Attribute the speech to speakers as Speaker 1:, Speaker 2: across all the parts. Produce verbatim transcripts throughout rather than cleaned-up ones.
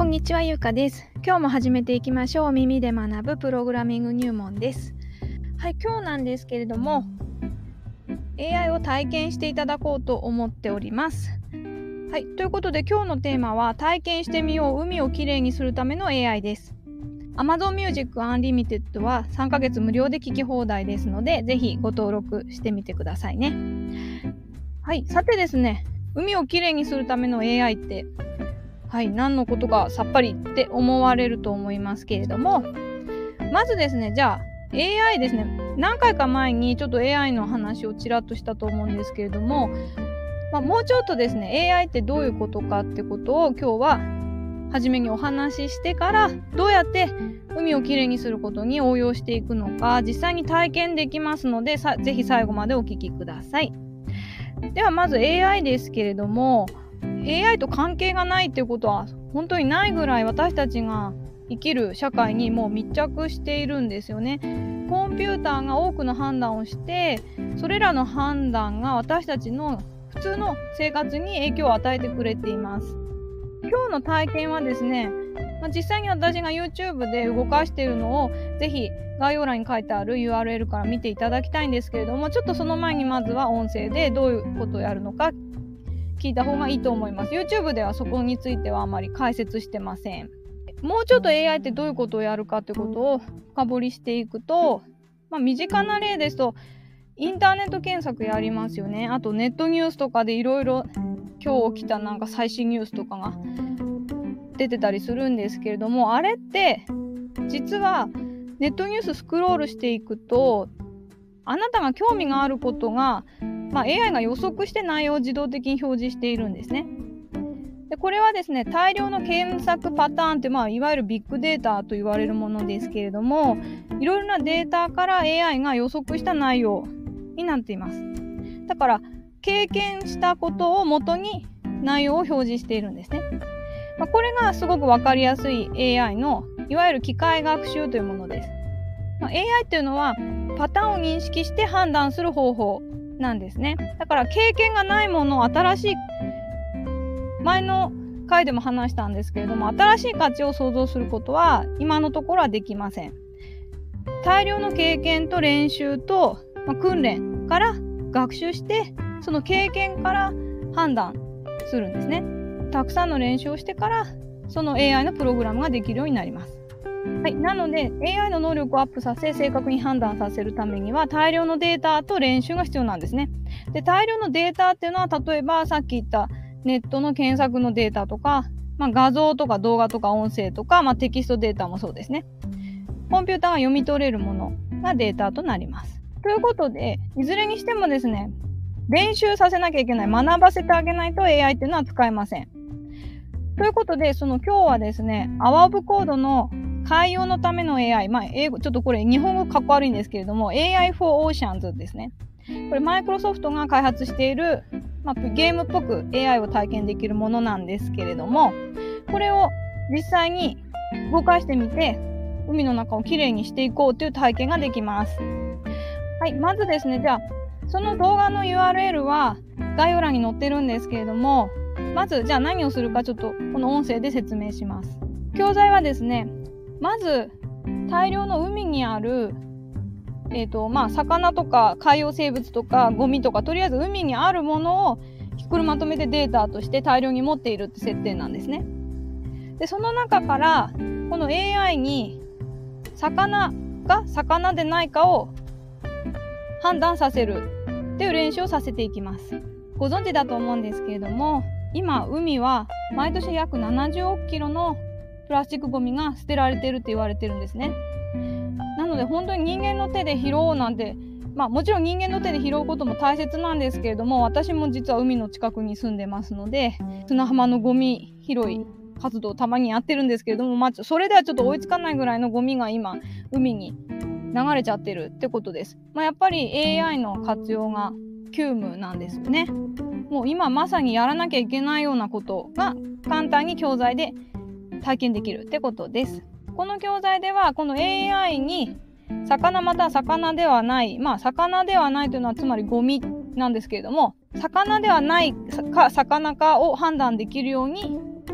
Speaker 1: んにちは、ゆうかです。今日も始めていきましょう。耳で学ぶプログラミング入門です。はい、今日なんですけれども エーアイ を体験していただこうと思っております。はい、ということで今日のテーマは体験してみよう、海をきれいにするための エーアイ です。 Amazon Music Unlimited はさんかげつ無料で聞き放題ですので、ぜひご登録してみてくださいね。はい、さてですね、海をきれいにするための エーアイ ってはい、何のことかさっぱりって思われると思いますけれども、まずですね、じゃあ エーアイ ですね、何回か前にちょっと エーアイ の話をちらっとしたと思うんですけれども、まあ、もうちょっとですね エーアイ ってどういうことかってことを今日は初めにお話ししてから、どうやって海をきれいにすることに応用していくのか実際に体験できますので、さぜひ最後までお聞きください。ではまず エーアイ ですけれども、エーアイ と関係がないっていうことは本当にないぐらい私たちが生きる社会にもう密着しているんですよね。コンピューターが多くの判断をして、それらの判断が私たちの普通の生活に影響を与えてくれています。今日の体験はですね、まあ、実際に私が YouTube で動かしているのをぜひ概要欄に書いてある ユーアールエル から見ていただきたいんですけれども、ちょっとその前にまずは音声でどういうことをやるのか聞いた方がいいと思います。 YouTube ではそこについてはあまり解説してません。もうちょっと エーアイ ってどういうことをやるかってことを深掘りしていくと、まあ、身近な例ですとインターネット検索やりますよね。あとネットニュースとかでいろいろ今日起きたなんか最新ニュースとかが出てたりするんですけれども、あれって実はネットニューススクロールしていくと、あなたが興味があることがまあ、エーアイ が予測して内容を自動的に表示しているんですね。でこれはですね、大量の検索パターンって、まあ、いわゆるビッグデータと言われるものですけれども、いろいろなデータから エーアイ が予測した内容になっています。だから経験したことをもとに内容を表示しているんですね。まあ、これがすごく分かりやすい エーアイ のいわゆる機械学習というものです。まあ、エーアイ っていうのはパターンを認識して判断する方法なんですね。だから経験がないものを新しい、前の回でも話したんですけれども、新しい価値を創造することは今のところはできません。大量の経験と練習と、まあ、訓練から学習して、その経験から判断するんですね。たくさんの練習をしてからその エーアイ のプログラムができるようになります。はい、なので エーアイ の能力をアップさせ正確に判断させるためには大量のデータと練習が必要なんですね。で大量のデータっていうのは、例えばさっき言ったネットの検索のデータとか、まあ、画像とか動画とか音声とか、まあ、テキストデータもそうですね。コンピューターが読み取れるものがデータとなります。ということで、いずれにしてもですね、練習させなきゃいけない、学ばせてあげないと エーアイ っていうのは使えません。ということで、その今日はですね、アワーオブコードの海洋のための エーアイ、まあ、英語ちょっとこれ日本語かっこ悪いんですけれども エーアイ for Oceans ですね。これマイクロソフトが開発している、まあ、ゲームっぽく エーアイ を体験できるものなんですけれども、これを実際に動かしてみて海の中をきれいにしていこうという体験ができます。はい、まずですね、じゃあその動画の ユーアールエル は概要欄に載ってるんですけれども、まずじゃあ何をするかちょっとこの音声で説明します。教材はですね、まず大量の海にある、えーとまあ、魚とか海洋生物とかゴミとか、とりあえず海にあるものをひっくるまとめてデータとして大量に持っているって設定なんですね。でその中からこの エーアイ に魚が魚でないかを判断させるっていう練習をさせていきます。ご存知だと思うんですけれども、今海は毎年約ななじゅうおくキロのプラスチックゴミが捨てられているって言われてるんですね。なので本当に人間の手で拾おうなんて、まあもちろん人間の手で拾うことも大切なんですけれども、私も実は海の近くに住んでますので、砂浜のゴミ拾い活動をたまにやってるんですけれども、まあ、それではちょっと追いつかないぐらいのゴミが今海に流れちゃってるってことです。まあ、やっぱり エーアイ の活用が急務なんですよね。もう今まさにやらなきゃいけないようなことが簡単に教材で体験できるってことです。この教材ではこの エーアイ に魚または魚ではない、まあ魚ではないというのはつまりゴミなんですけれども、魚ではないか魚かを判断できるように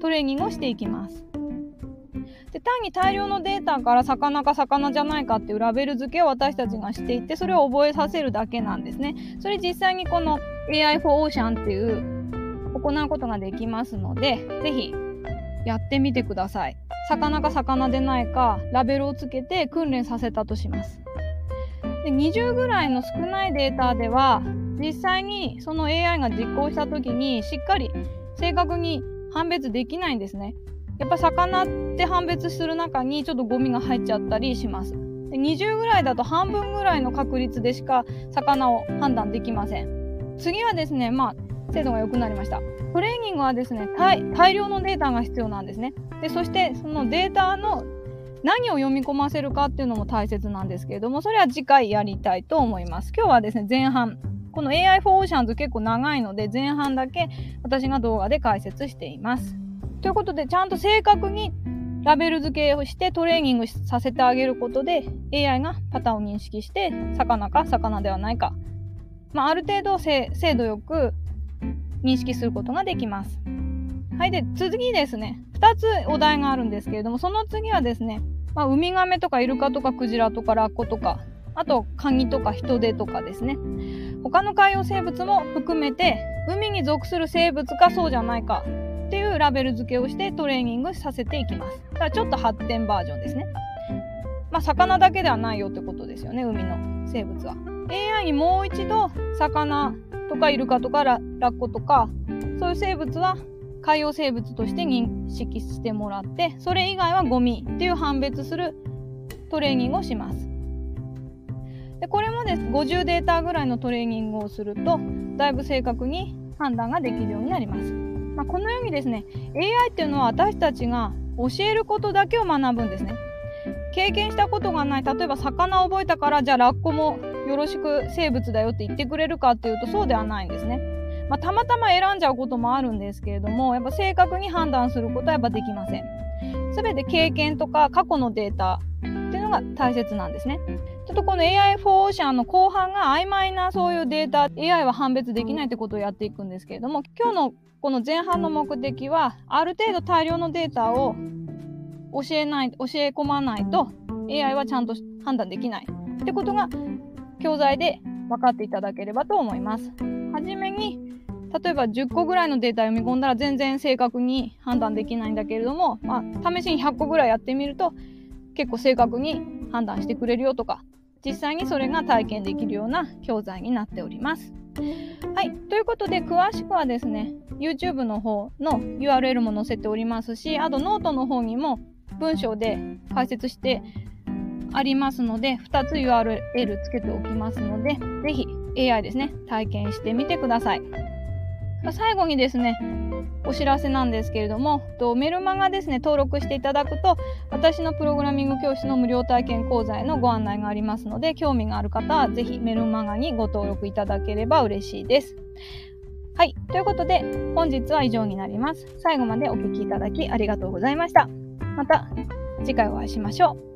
Speaker 1: トレーニングをしていきます。で単に大量のデータから魚か魚じゃないかっていうラベル付けを私たちがしていってそれを覚えさせるだけなんですね。それ実際にこの エーアイ for Ocean っていう行うことができますのでぜひやってみてください。魚か魚でないかラベルをつけて訓練させたとします。でにじゅうぐらいの少ないデータでは実際にその エーアイ が実行した時にしっかり正確に判別できないんですね。やっぱ魚って判別する中にちょっとゴミが入っちゃったりします。でにじゅうぐらいだと半分ぐらいの確率でしか魚を判断できません。次はですね、まあ精度が良くなりました。トレーニングはですね 大, 大量のデータが必要なんですね。でそしてそのデータの何を読み込ませるかっていうのも大切なんですけれどもそれは次回やりたいと思います。今日はですね前半この エーアイ for Oceans 結構長いので前半だけ私が動画で解説しています。ということでちゃんと正確にラベル付けをしてトレーニングさせてあげることで エーアイ がパターンを認識して魚か魚ではないか、まあ、ある程度精度よく認識することができます。はい、で次ですねふたつお題があるんですけれどもその次はですね、まあ、ウミガメとかイルカとかクジラとかラッコとかあとカニとかヒトデとかですね他の海洋生物も含めて海に属する生物かそうじゃないかっていうラベル付けをしてトレーニングさせていきます。だからちょっと発展バージョンですね。まあ魚だけではないよってことですよね海の生物は。エーアイ にもう一度魚とかイルカとかラッコとかそういう生物は海洋生物として認識してもらってそれ以外はゴミっていう判別するトレーニングをします。でこれもですごじゅうデータぐらいのトレーニングをするとだいぶ正確に判断ができるようになります。まあ、このようにですね エーアイ っていうのは私たちが教えることだけを学ぶんですね。経験したことがない例えば魚を覚えたからじゃあラッコもよろしく生物だよって言ってくれるかっていうとそうではないんですね。まあ、たまたま選んじゃうこともあるんですけれどもやっぱ正確に判断することはやっぱできません。全て経験とか過去のデータっていうのが大切なんですね。ちょっとこの エーアイ for Ocean の後半が曖昧なそういうデータ エーアイ は判別できないってことをやっていくんですけれども今日のこの前半の目的はある程度大量のデータを教えない教え込まないと エーアイ はちゃんと判断できないってことが教材で分かっていただければと思います。はじめに例えばじゅっこぐらいのデータ読み込んだら全然正確に判断できないんだけれども、まあ、試しにひゃっこぐらいやってみると結構正確に判断してくれるよとか実際にそれが体験できるような教材になっております。はい、ということで詳しくはですね YouTube の方の ユーアールエル も載せておりますしあとノートの方にも文章で解説してありますのでふたつ ユーアールエル つけておきますのでぜひ エーアイ ですね体験してみてください。最後にですねお知らせなんですけれどもメルマガですね登録していただくと私のプログラミング教室の無料体験講座へのご案内がありますので興味がある方はぜひメルマガにご登録いただければ嬉しいです。はい、ということで本日は以上になります。最後までお聞きいただきありがとうございました。また次回お会いしましょう。